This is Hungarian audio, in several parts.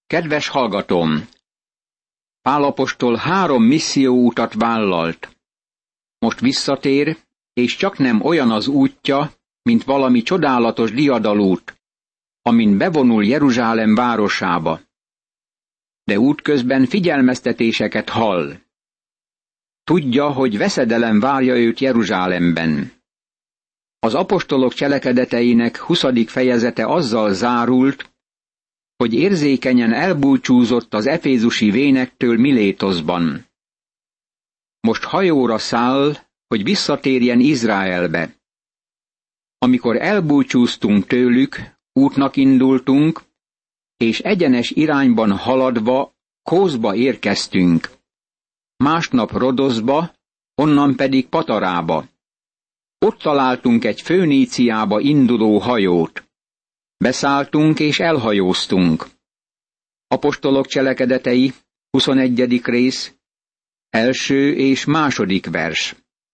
Kedves hallgatóm! Pál apostol 3 misszióutat vállalt. Most visszatér, és csaknem olyan az útja, mint valami csodálatos diadalút, amin bevonul Jeruzsálem városába. De útközben figyelmeztetéseket hall. Tudja, hogy veszedelem várja őt Jeruzsálemben. Az apostolok cselekedeteinek 20. fejezete azzal zárult, hogy érzékenyen elbúcsúzott az efézusi vénektől Milétoszban. Most hajóra száll, hogy visszatérjen Izraelbe. Amikor elbúcsúztunk tőlük, útnak indultunk, és egyenes irányban haladva Kószba érkeztünk. Másnap Rodoszba, onnan pedig Patarába. Ott találtunk egy Föníciába induló hajót. Beszálltunk és elhajóztunk. Apostolok cselekedetei, 21. rész, 1. és 2. vers.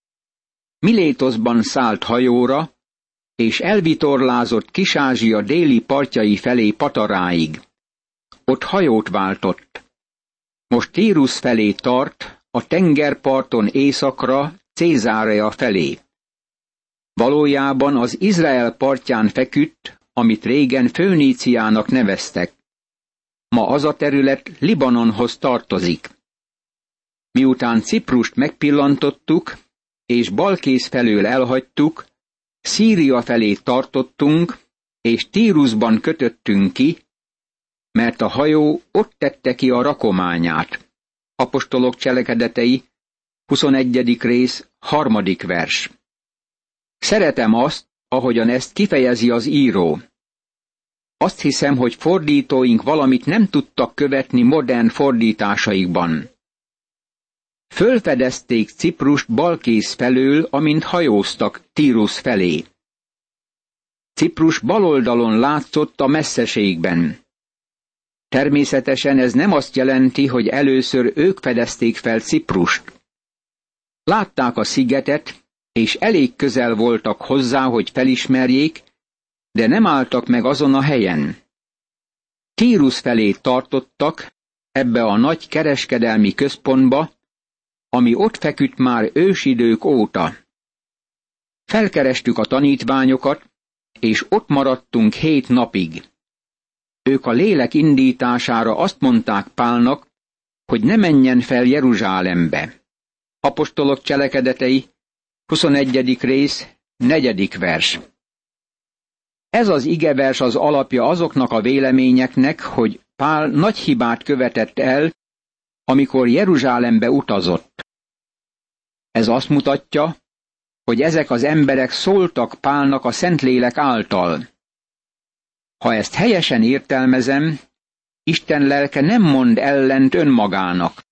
Milétoszban szállt hajóra, és elvitorlázott Kis-Ázsia déli partjai felé Pataráig. Ott hajót váltott. Most Tírus felé tart, a tengerparton északra, Cézárea felé. Valójában az Izrael partján feküdt, amit régen Föníciának neveztek. Ma az a terület Libanonhoz tartozik. Miután Ciprust megpillantottuk, és Balkész felől elhagytuk, Szíria felé tartottunk, és Tírusban kötöttünk ki, mert a hajó ott tette ki a rakományát. Apostolok cselekedetei, 21. rész, 3. vers. Szeretem azt, ahogyan ezt kifejezi az író. Azt hiszem, hogy fordítóink valamit nem tudtak követni modern fordításaikban. Fölfedezték Ciprust Balkész felől, amint hajóztak Tírus felé. Ciprus bal oldalon látszott a messzeségben. Természetesen ez nem azt jelenti, hogy először ők fedezték fel Ciprust. Látták a szigetet, és elég közel voltak hozzá, hogy felismerjék, de nem álltak meg azon a helyen. Tírus felé tartottak, ebbe a nagy kereskedelmi központba, ami ott feküdt már ősidők óta. Felkerestük a tanítványokat, és ott maradtunk 7 napig. Ők a lélek indítására azt mondták Pálnak, hogy ne menjen fel Jeruzsálembe. Apostolok cselekedetei, 21. rész, 4. vers. Ez az igevers az alapja azoknak a véleményeknek, hogy Pál nagy hibát követett el, amikor Jeruzsálembe utazott. Ez azt mutatja, hogy ezek az emberek szóltak Pálnak a Szentlélek által. Ha ezt helyesen értelmezem, Isten lelke nem mond ellent önmagának.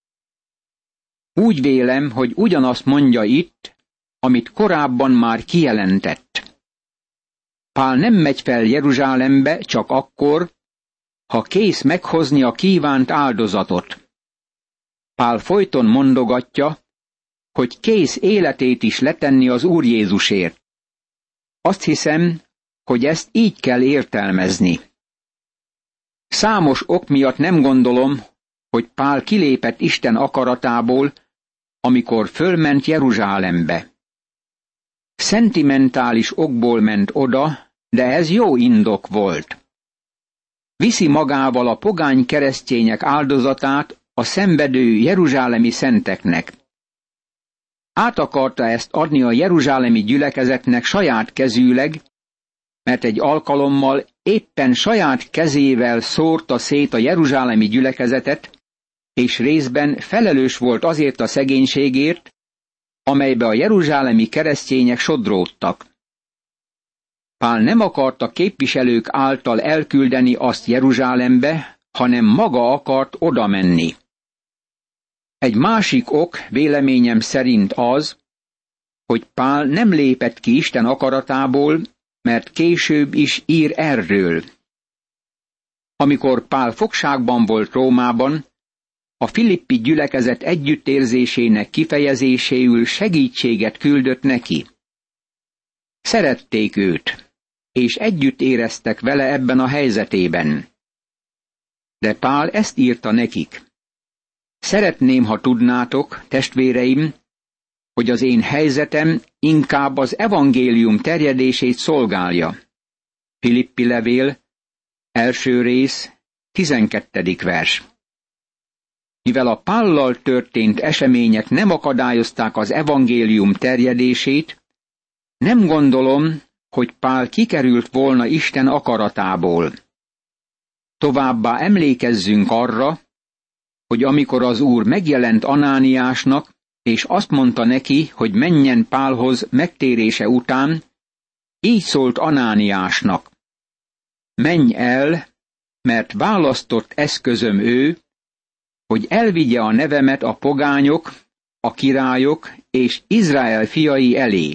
Úgy vélem, hogy ugyanazt mondja itt, amit korábban már kijelentett. Pál nem megy fel Jeruzsálembe csak akkor, ha kész meghozni a kívánt áldozatot. Pál folyton mondogatja, hogy kész életét is letenni az Úr Jézusért. Azt hiszem, hogy ezt így kell értelmezni. Számos ok miatt nem gondolom, hogy Pál kilépett Isten akaratából, amikor fölment Jeruzsálembe. Szentimentális okból ment oda, de ez jó indok volt. Viszi magával a pogány keresztények áldozatát a szenvedő jeruzsálemi szenteknek. Át akarta ezt adni a jeruzsálemi gyülekezetnek saját kezűleg, mert egy alkalommal éppen saját kezével szórta szét a jeruzsálemi gyülekezetet, és részben felelős volt azért a szegénységért, amelybe a jeruzsálemi keresztények sodródtak. Pál nem akarta képviselők által elküldeni azt Jeruzsálembe, hanem maga akart oda menni. Egy másik ok véleményem szerint az, hogy Pál nem lépett ki Isten akaratából, mert később is ír erről. Amikor Pál fogságban volt Rómában, a filippi gyülekezet együttérzésének kifejezéséül segítséget küldött neki. Szerették őt, és együtt éreztek vele ebben a helyzetében. De Pál ezt írta nekik. Szeretném, ha tudnátok, testvéreim, hogy az én helyzetem inkább az evangélium terjedését szolgálja. Filippi levél, 1. rész, 12. vers. Mivel a Pállal történt események nem akadályozták az evangélium terjedését, nem gondolom, hogy Pál kikerült volna Isten akaratából. Továbbá emlékezzünk arra, hogy amikor az Úr megjelent Anániásnak, és azt mondta neki, hogy menjen Pálhoz megtérése után, így szólt Anániásnak: menj el, mert választott eszközöm ő, hogy elvigye a nevemet a pogányok, a királyok és Izrael fiai elé.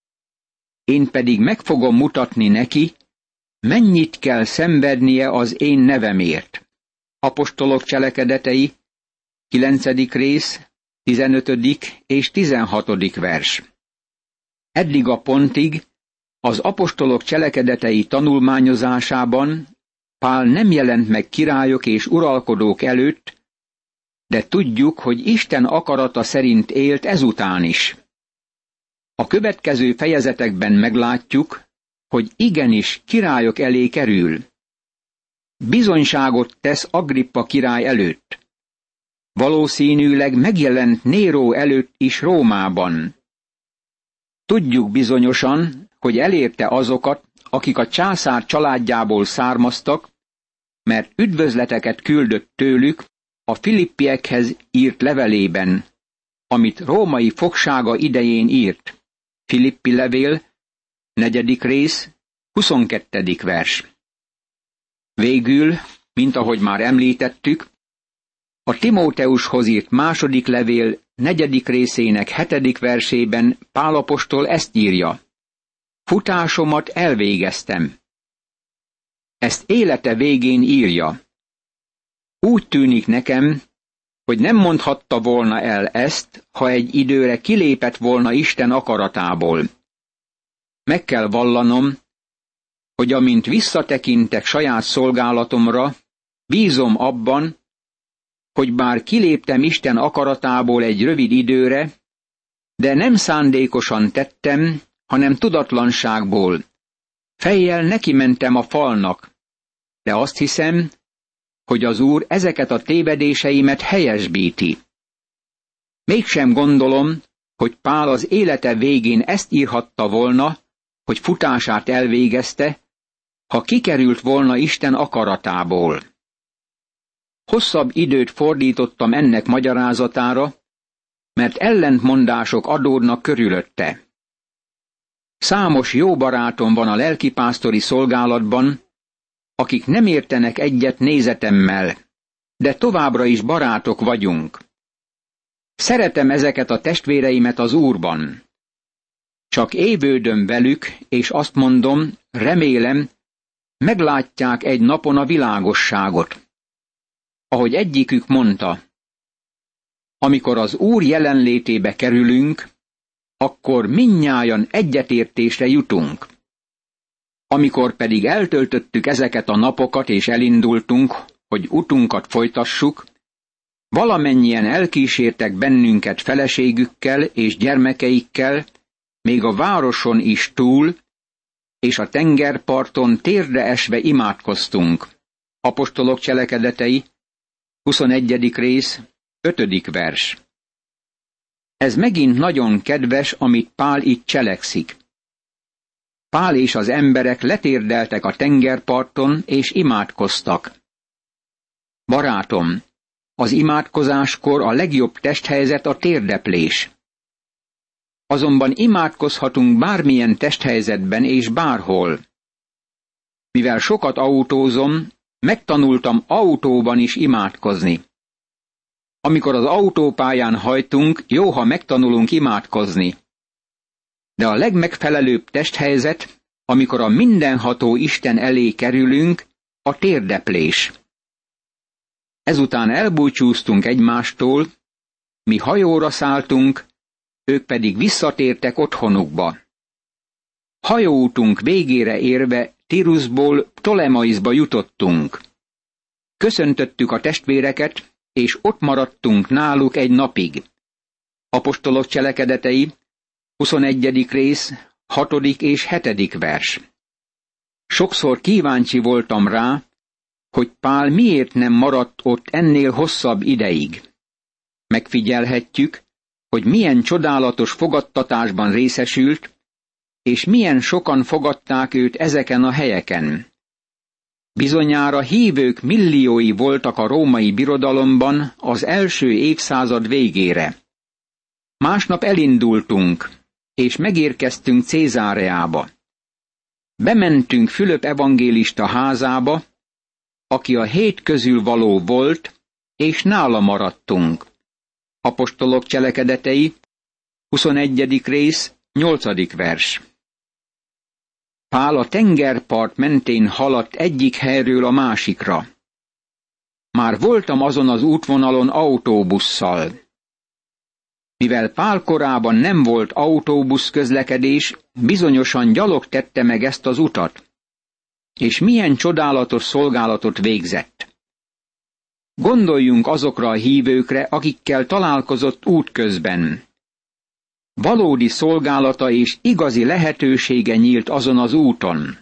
Én pedig meg fogom mutatni neki, mennyit kell szenvednie az én nevemért. Apostolok cselekedetei, 9. rész, 15. és 16. vers. Eddig a pontig az apostolok cselekedetei tanulmányozásában Pál nem jelent meg királyok és uralkodók előtt, de tudjuk, hogy Isten akarata szerint élt ezután is. A következő fejezetekben meglátjuk, hogy igenis királyok elé kerül. Bizonyságot tesz Agrippa király előtt. Valószínűleg megjelent Néró előtt is Rómában. Tudjuk bizonyosan, hogy elérte azokat, akik a császár családjából származtak, mert üdvözleteket küldött tőlük a filippiekhez írt levelében, amit római fogsága idején írt. Filippi levél, 4. rész, 22. vers. Végül, mint ahogy már említettük, a Timóteushoz írt 2. levél 4. részének 7. versében Pál apostol ezt írja: futásomat elvégeztem. Ezt élete végén írja. Úgy tűnik nekem, hogy nem mondhatta volna el ezt, ha egy időre kilépett volna Isten akaratából. Meg kell vallanom, hogy amint visszatekintek saját szolgálatomra, bízom abban, hogy bár kiléptem Isten akaratából egy rövid időre, de nem szándékosan tettem, hanem tudatlanságból. Fejjel nekimentem a falnak, de azt hiszem, hogy az Úr ezeket a tévedéseimet helyesbíti. Mégsem gondolom, hogy Pál az élete végén ezt írhatta volna, hogy futását elvégezte, ha kikerült volna Isten akaratából. Hosszabb időt fordítottam ennek magyarázatára, mert ellentmondások adódnak körülötte. Számos jó barátom van a lelkipásztori szolgálatban, akik nem értenek egyet nézetemmel, de továbbra is barátok vagyunk. Szeretem ezeket a testvéreimet az Úrban. Csak évődöm velük, és azt mondom, remélem, meglátják egy napon a világosságot. Ahogy egyikük mondta, amikor az Úr jelenlétébe kerülünk, akkor mindnyájan egyetértésre jutunk. Amikor pedig eltöltöttük ezeket a napokat és elindultunk, hogy utunkat folytassuk, valamennyien elkísértek bennünket feleségükkel és gyermekeikkel, még a városon is túl, és a tengerparton térdre esve imádkoztunk. Apostolok cselekedetei, 21. rész, 5. vers. Ez megint nagyon kedves, amit Pál itt cselekszik. Pál és az emberek letérdeltek a tengerparton, és imádkoztak. Barátom, az imádkozáskor a legjobb testhelyzet a térdeplés. Azonban imádkozhatunk bármilyen testhelyzetben és bárhol. Mivel sokat autózom, megtanultam autóban is imádkozni. Amikor az autópályán hajtunk, jó, ha megtanulunk imádkozni. De a legmegfelelőbb testhelyzet, amikor a mindenható Isten elé kerülünk, a térdeplés. Ezután elbúcsúztunk egymástól, mi hajóra szálltunk, ők pedig visszatértek otthonukba. Hajóútunk végére érve Tiruszból Ptolemaisba jutottunk. Köszöntöttük a testvéreket, és ott maradtunk náluk egy napig. Apostolok cselekedetei, 21. rész, 6. és 7. vers. Sokszor kíváncsi voltam rá, hogy Pál miért nem maradt ott ennél hosszabb ideig. Megfigyelhetjük, hogy milyen csodálatos fogadtatásban részesült, és milyen sokan fogadták őt ezeken a helyeken. Bizonyára hívők milliói voltak a római birodalomban az első évszázad végére. Másnap elindultunk, és megérkeztünk Cézáreába. Bementünk Fülöp evangélista házába, aki a 7 közül való volt, és nála maradtunk. Apostolok cselekedetei, 21. rész, 8. vers. Pál a tengerpart mentén haladt egyik helyről a másikra. Már voltam azon az útvonalon autóbusszal. Mivel Pál korában nem volt autóbusz közlekedés, bizonyosan gyalog tette meg ezt az utat. És milyen csodálatos szolgálatot végzett. Gondoljunk azokra a hívőkre, akikkel találkozott útközben. Valódi szolgálata és igazi lehetősége nyílt azon az úton.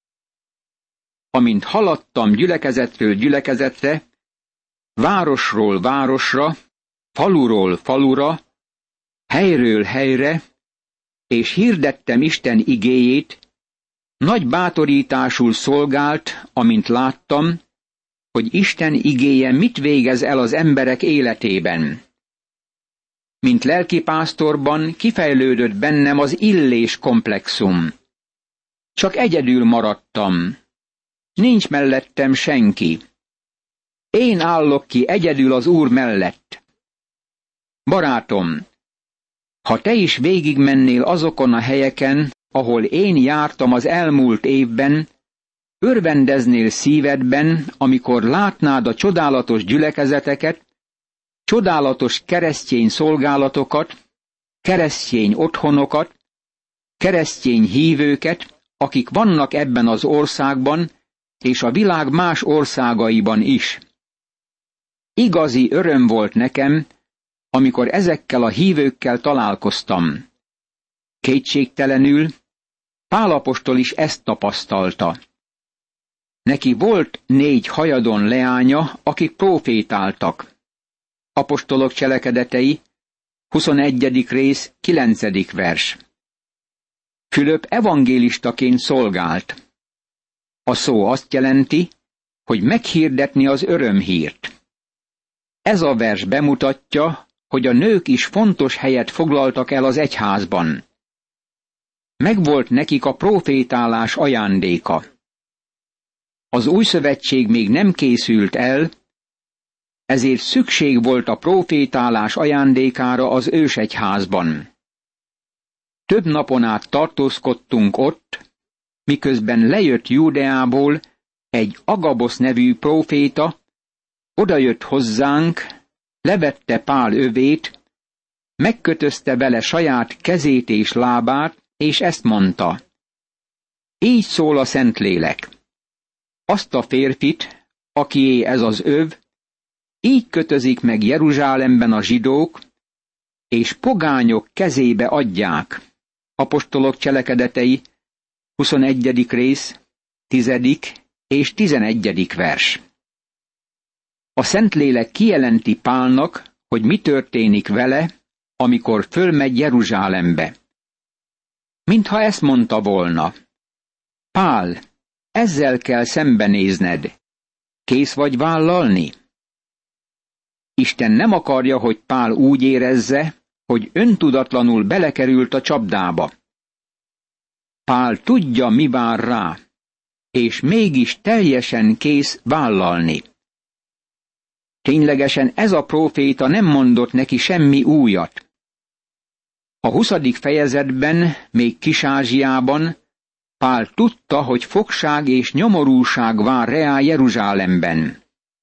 Amint haladtam gyülekezetről gyülekezetre, városról városra, faluról falura, helyről helyre, és hirdettem Isten igéjét, nagy bátorításul szolgált, amint láttam, hogy Isten igéje mit végez el az emberek életében. Mint lelkipásztorban kifejlődött bennem az illés komplexum. Csak egyedül maradtam. Nincs mellettem senki. Én állok ki egyedül az Úr mellett. Barátom, ha te is végigmennél azokon a helyeken, ahol én jártam az elmúlt évben, örvendeznél szívedben, amikor látnád a csodálatos gyülekezeteket, csodálatos keresztény szolgálatokat, keresztény otthonokat, keresztény hívőket, akik vannak ebben az országban, és a világ más országaiban is. Igazi öröm volt nekem, amikor ezekkel a hívőkkel találkoztam. Kétségtelenül Pál apostol is ezt tapasztalta. Neki volt 4 hajadon leánya, akik prófétáltak. Apostolok cselekedetei, 21. rész, 9. vers. Fülöp evangélistaként szolgált. A szó azt jelenti, hogy meghirdetni az örömhírt. Ez a vers bemutatja, hogy a nők is fontos helyet foglaltak el az egyházban. Megvolt nekik a prófétálás ajándéka. Az új szövetség még nem készült el, ezért szükség volt a prófétálás ajándékára az ősegyházban. Több napon át tartózkodtunk ott, miközben lejött Júdeából egy Agabosz nevű próféta, odajött hozzánk, levette Pál övét, megkötözte vele saját kezét és lábát, és ezt mondta: így szól a Szentlélek. Azt a férfit, akié ez az öv, így kötözik meg Jeruzsálemben a zsidók, és pogányok kezébe adják. Apostolok cselekedetei, 21. rész, 10. és 11. vers. A Szentlélek kijelenti Pálnak, hogy mi történik vele, amikor fölmegy Jeruzsálembe. Mintha ezt mondta volna: Pál, ezzel kell szembenézned. Kész vagy vállalni? Isten nem akarja, hogy Pál úgy érezze, hogy öntudatlanul belekerült a csapdába. Pál tudja, mi vár rá, és mégis teljesen kész vállalni. Ténylegesen ez a próféta nem mondott neki semmi újat. A 20. fejezetben, még Kis-Ázsiában, Pál tudta, hogy fogság és nyomorúság vár reá Jeruzsálemben.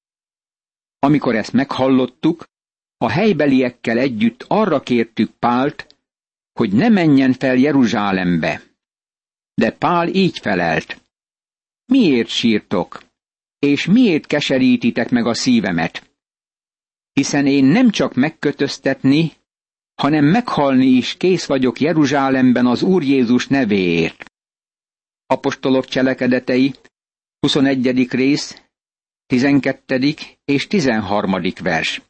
Amikor ezt meghallottuk, a helybeliekkel együtt arra kértük Pált, hogy ne menjen fel Jeruzsálembe. De Pál így felelt: miért sírtok? és miért keserítitek meg a szívemet? Hiszen én nem csak megkötöztetni, hanem meghalni is kész vagyok Jeruzsálemben az Úr Jézus nevéért. Apostolok cselekedetei, 21. rész, 12. és 13. vers.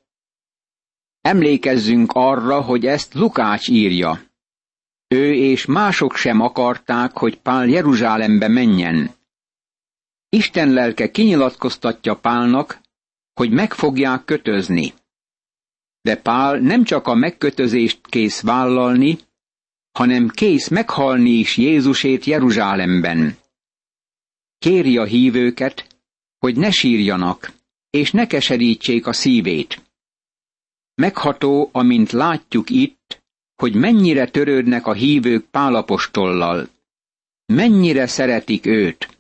Emlékezzünk arra, hogy ezt Lukács írja. Ő és mások sem akarták, hogy Pál Jeruzsálembe menjen. Isten lelke kinyilatkoztatja Pálnak, hogy meg fogják kötözni. De Pál nem csak a megkötözést kész vállalni, hanem kész meghalni is Jézusért Jeruzsálemben. Kéri a hívőket, hogy ne sírjanak, és ne keserítsék a szívét. Megható, amint látjuk itt, hogy mennyire törődnek a hívők Pál apostollal. Mennyire szeretik őt.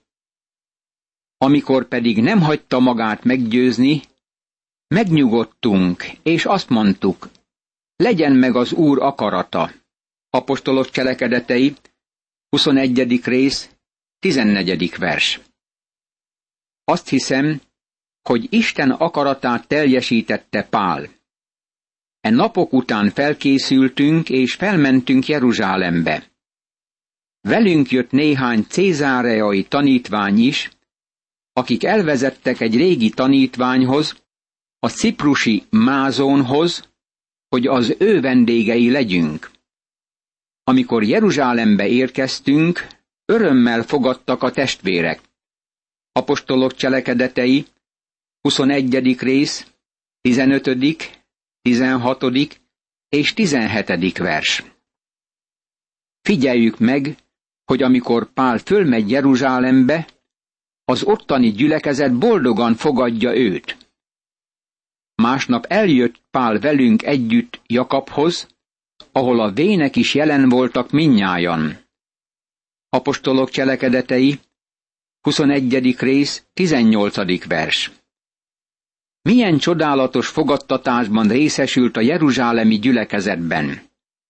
Amikor pedig nem hagyta magát meggyőzni, megnyugodtunk, és azt mondtuk, legyen meg az Úr akarata. Apostolok cselekedetei, 21. rész, 14. vers. Azt hiszem, hogy Isten akaratát teljesítette Pál. E napok után felkészültünk, és felmentünk Jeruzsálembe. Velünk jött néhány cézáreai tanítvány is, akik elvezettek egy régi tanítványhoz, a ciprusi Mázónhoz, hogy az ő vendégei legyünk. Amikor Jeruzsálembe érkeztünk, örömmel fogadtak a testvérek. Apostolok cselekedetei, 21. rész, 15., 16. és 17. vers. Figyeljük meg, hogy amikor Pál fölmegy Jeruzsálembe, az ottani gyülekezet boldogan fogadja őt. Másnap eljött Pál velünk együtt Jakabhoz, ahol a vének is jelen voltak mindnyájan. Apostolok cselekedetei, 21. rész, 18. vers. Milyen csodálatos fogadtatásban részesült a jeruzsálemi gyülekezetben.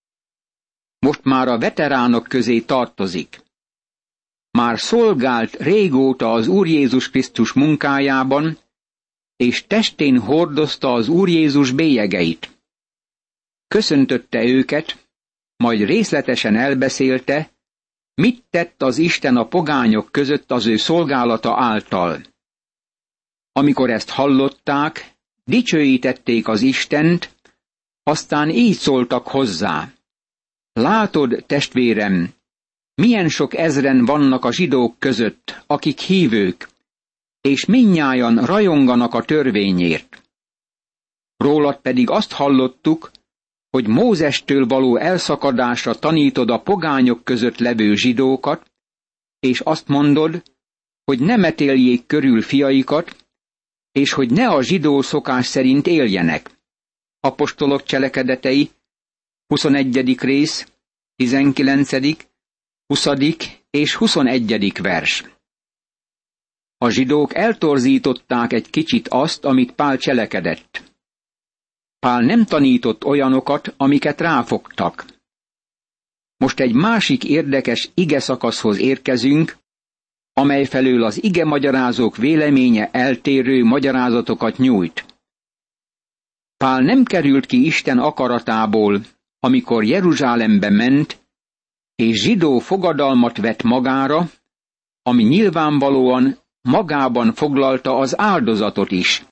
Most már a veteránok közé tartozik. Már szolgált régóta az Úr Jézus Krisztus munkájában, és testén hordozta az Úr Jézus bélyegeit. Köszöntötte őket, majd részletesen elbeszélte, mit tett az Isten a pogányok között az ő szolgálata által. Amikor ezt hallották, dicsőítették az Istent, aztán így szóltak hozzá. Látod, testvérem, milyen sok ezren vannak a zsidók között, akik hívők, és mindnyájan rajonganak a törvényért. Rólad pedig azt hallottuk, hogy Mózestől való elszakadásra tanítod a pogányok között levő zsidókat, és azt mondod, hogy ne metéljék körül fiaikat, és hogy ne a zsidó szokás szerint éljenek. Apostolok cselekedetei, 21. rész, 19., 20. és 21. vers. A zsidók eltorzították egy kicsit azt, amit Pál cselekedett. Pál nem tanított olyanokat, amiket ráfogtak. Most egy másik érdekes igeszakaszhoz érkezünk, amely felől az igemagyarázók véleménye eltérő magyarázatokat nyújt. Pál nem került ki Isten akaratából, amikor Jeruzsálembe ment, és zsidó fogadalmat vett magára, ami nyilvánvalóan magában foglalta az áldozatot is.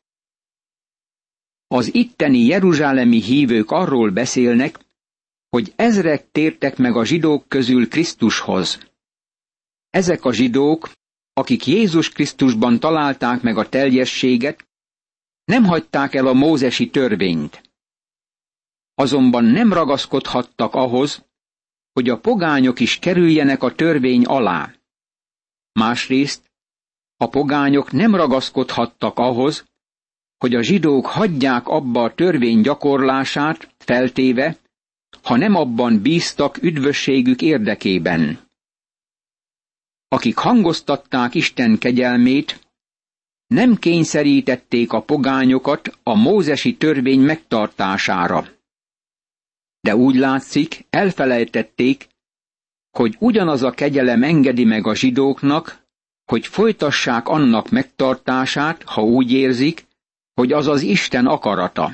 Az itteni jeruzsálemi hívők arról beszélnek, hogy ezrek tértek meg a zsidók közül Krisztushoz. Ezek a zsidók, akik Jézus Krisztusban találták meg a teljességet, nem hagyták el a mózesi törvényt. Azonban nem ragaszkodhattak ahhoz, hogy a pogányok is kerüljenek a törvény alá. Másrészt, a pogányok nem ragaszkodhattak ahhoz, hogy a zsidók hagyják abba a törvény gyakorlását, feltéve, ha nem abban bíztak üdvösségük érdekében. Akik hangoztatták Isten kegyelmét, nem kényszerítették a pogányokat a mózesi törvény megtartására. De úgy látszik, elfelejtették, hogy ugyanaz a kegyelem engedi meg a zsidóknak, hogy folytassák annak megtartását, ha úgy érzik, hogy az az Isten akarata.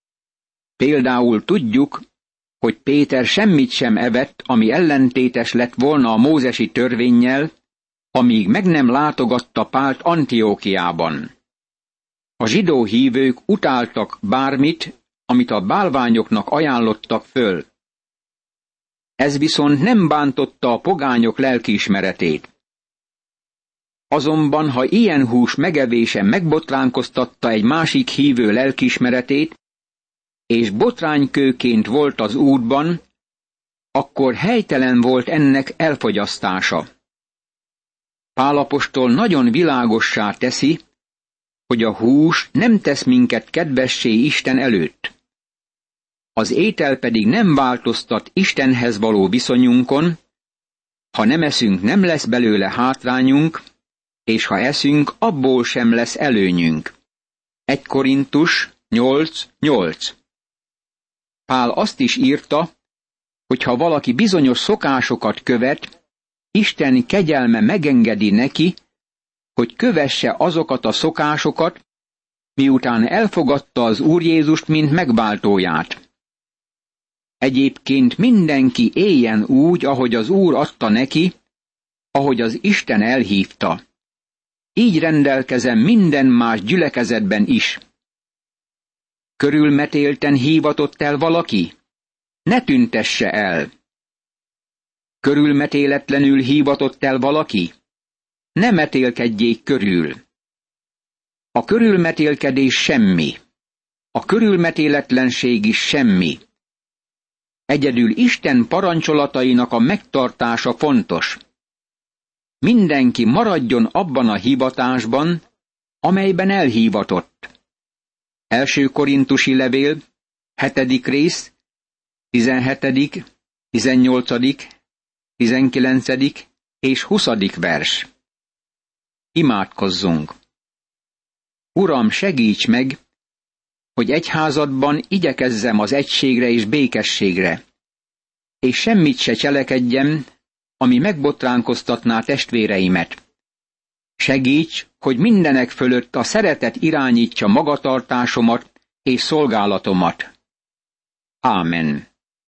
Például tudjuk, hogy Péter semmit sem evett, ami ellentétes lett volna a mózesi törvénnyel, amíg meg nem látogatta Pált Antiókiában. A zsidó hívők utáltak bármit, amit a bálványoknak ajánlottak föl. Ez viszont nem bántotta a pogányok lelkiismeretét. Azonban, ha ilyen hús megevése megbotránkoztatta egy másik hívő lelkiismeretét, és botránykőként volt az útban, akkor helytelen volt ennek elfogyasztása. Pál apostol nagyon világossá teszi, hogy a hús nem tesz minket kedvessé Isten előtt. Az étel pedig nem változtat Istenhez való viszonyunkon, ha nem eszünk, nem lesz belőle hátrányunk, és ha eszünk, abból sem lesz előnyünk. 1 Korintus 8:8. Pál azt is írta, hogy ha valaki bizonyos szokásokat követ, Isten kegyelme megengedi neki, hogy kövesse azokat a szokásokat, miután elfogadta az Úr Jézust, mint megváltóját. Egyébként mindenki éljen úgy, ahogy az Úr adta neki, ahogy az Isten elhívta. Így rendelkezem minden más gyülekezetben is. Körülmetélten hívatott el valaki? Ne tüntesse el. Körülmetéletlenül hívatott el valaki? Ne metélkedjék körül. A körülmetélkedés semmi. A körülmetéletlenség is semmi. Egyedül Isten parancsolatainak a megtartása fontos. Mindenki maradjon abban a hivatásban, amelyben elhívatott. 1. Korintusi levél, 7. rész, 17., 18., 19. és 20. vers. Imádkozzunk! Uram, segíts meg, hogy egyházadban igyekezzem az egységre és békességre, és semmit se cselekedjem, ami megbotránkoztatná testvéreimet. Segíts, hogy mindenek fölött a szeretet irányítsa magatartásomat és szolgálatomat. Ámen.